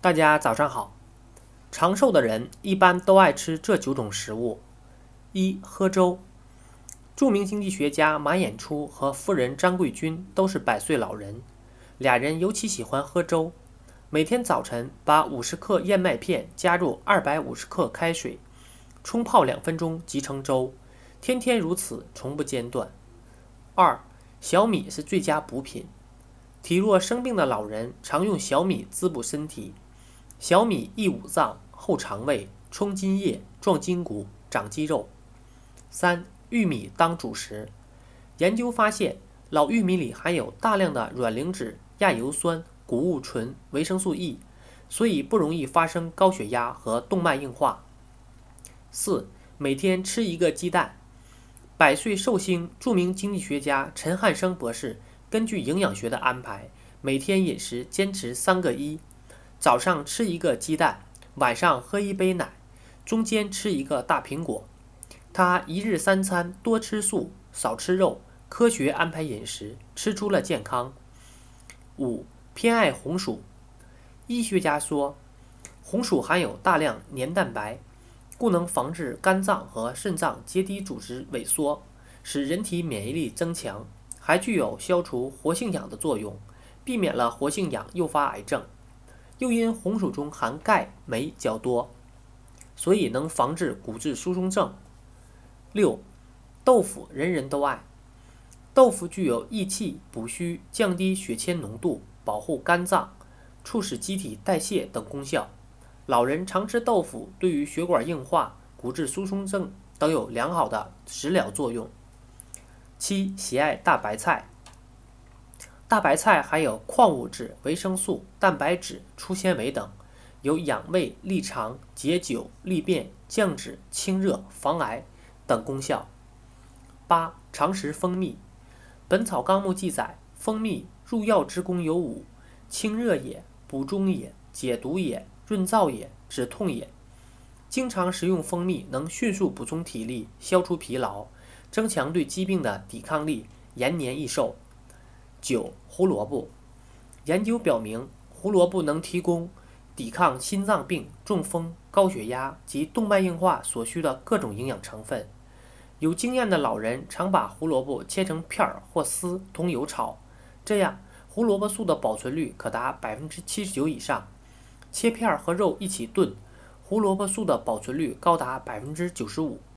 大家早上好。长寿的人一般都爱吃这9种食物。一、喝粥。著名经济学家马衍初和夫人张桂君都是100岁老人，俩人尤其喜欢喝粥。每天早晨把50克燕麦片加入250克开水，冲泡2分钟即成粥，天天如此，从不间断。2、小米是最佳补品。体弱生病的老人常用小米滋补身体。小米益五脏、厚肠胃、充津液、壮筋骨、长肌肉。3、玉米当主食。研究发现，老玉米里含有大量的卵磷脂、亚油酸、谷物醇、维生素 E， 所以不容易发生高血压和动脉硬化。4、每天吃1个鸡蛋。100岁寿星、著名经济学家陈汉生博士根据营养学的安排，每天饮食坚持3个1：早上吃1个鸡蛋，晚上喝1杯奶，中间吃1个大苹果。他1日3餐多吃素，少吃肉，科学安排饮食，吃出了健康。5、偏爱红薯。医学家说，红薯含有大量黏蛋白，故能防治肝脏和肾脏结缔组织萎缩，使人体免疫力增强，还具有消除活性氧的作用，避免了活性氧诱发癌症。又因红薯中含钙、镁较多，所以能防治骨质疏松症。6、豆腐人人都爱。豆腐具有益气、补虚、降低血铅浓度、保护肝脏、促使机体代谢等功效。老人常吃豆腐，对于血管硬化、骨质疏松症都有良好的食疗作用。7、喜爱大白菜。大白菜含有矿物质、维生素、蛋白质、粗纤维等，有养胃、利肠、解酒、利便、降脂、清热、防癌等功效。8、常食蜂蜜。本草纲目记载，蜂蜜入药之功有5：清热也，补中也，解毒也，润燥也，止痛也。经常食用蜂蜜能迅速补充体力，消除疲劳，增强对疾病的抵抗力，延年益寿。9、胡萝卜。研究表明，胡萝卜能提供抵抗心脏病、中风、高血压及动脉硬化所需的各种营养成分。有经验的老人常把胡萝卜切成片或丝，同油炒，这样胡萝卜素的保存率可达79%以上。切片和肉一起炖，胡萝卜素的保存率高达95%。